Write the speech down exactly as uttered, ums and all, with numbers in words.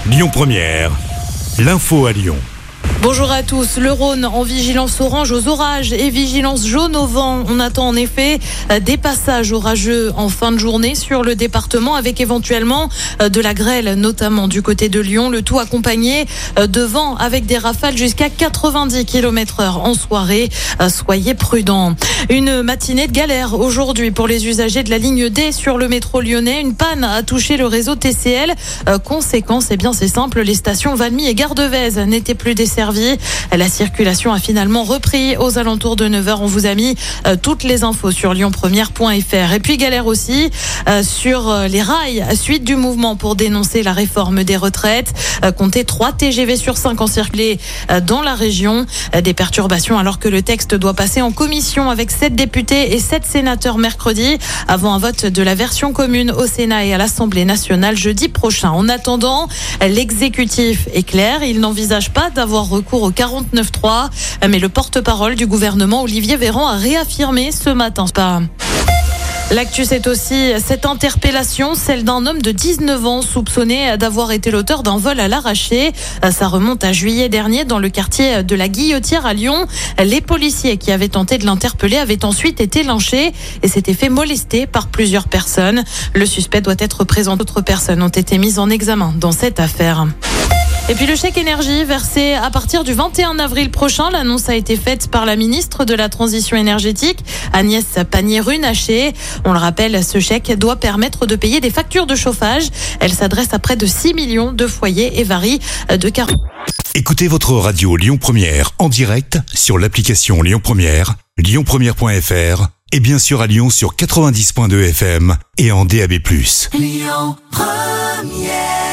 Lyon Première, l'info à Lyon. Bonjour à tous. Le Rhône en vigilance orange aux orages et vigilance jaune au vent. On attend en effet des passages orageux en fin de journée sur le département avec éventuellement de la grêle, notamment du côté de Lyon. Le tout accompagné de vent avec des rafales jusqu'à quatre-vingt-dix kilomètres heure en soirée. Soyez prudents. Une matinée de galère aujourd'hui pour les usagers de la ligne D sur le métro lyonnais. Une panne a touché le réseau T C L. Conséquence, eh bien c'est simple, les stations Valmy et Gare de Vèze n'étaient plus desservies. La circulation a finalement repris aux alentours de neuf heures. On vous a mis euh, toutes les infos sur lyon première point f r. Et puis galère aussi euh, sur euh, les rails suite du mouvement pour dénoncer la réforme des retraites. Euh, comptez trois T G V sur cinq en circulé euh, dans la région. Euh, des perturbations alors que le texte doit passer en commission avec sept députés et sept sénateurs mercredi avant un vote de la version commune au Sénat et à l'Assemblée nationale jeudi prochain. En attendant, l'exécutif est clair. Il n'envisage pas d'avoir recours au quarante-neuf trois, mais le porte-parole du gouvernement, Olivier Véran, a réaffirmé ce matin. L'actu, c'est aussi cette interpellation, celle d'un homme de dix-neuf ans soupçonné d'avoir été l'auteur d'un vol à l'arraché. Ça remonte à juillet dernier dans le quartier de la Guillotière à Lyon. Les policiers qui avaient tenté de l'interpeller avaient ensuite été lynchés et s'étaient fait molester par plusieurs personnes. Le suspect doit être présent. D'autres personnes ont été mises en examen dans cette affaire. Et puis le chèque énergie versé à partir du vingt et un avril prochain. L'annonce a été faite par la ministre de la Transition énergétique, Agnès Pannier-Runacher. On le rappelle, ce chèque doit permettre de payer des factures de chauffage. Elle s'adresse à près de six millions de foyers et varie de quarante. Écoutez votre radio Lyon Première en direct sur l'application Lyon Première, lyon première point f r et bien sûr à Lyon sur quatre-vingt-dix point deux F M et en D A B plus. Lyon Première.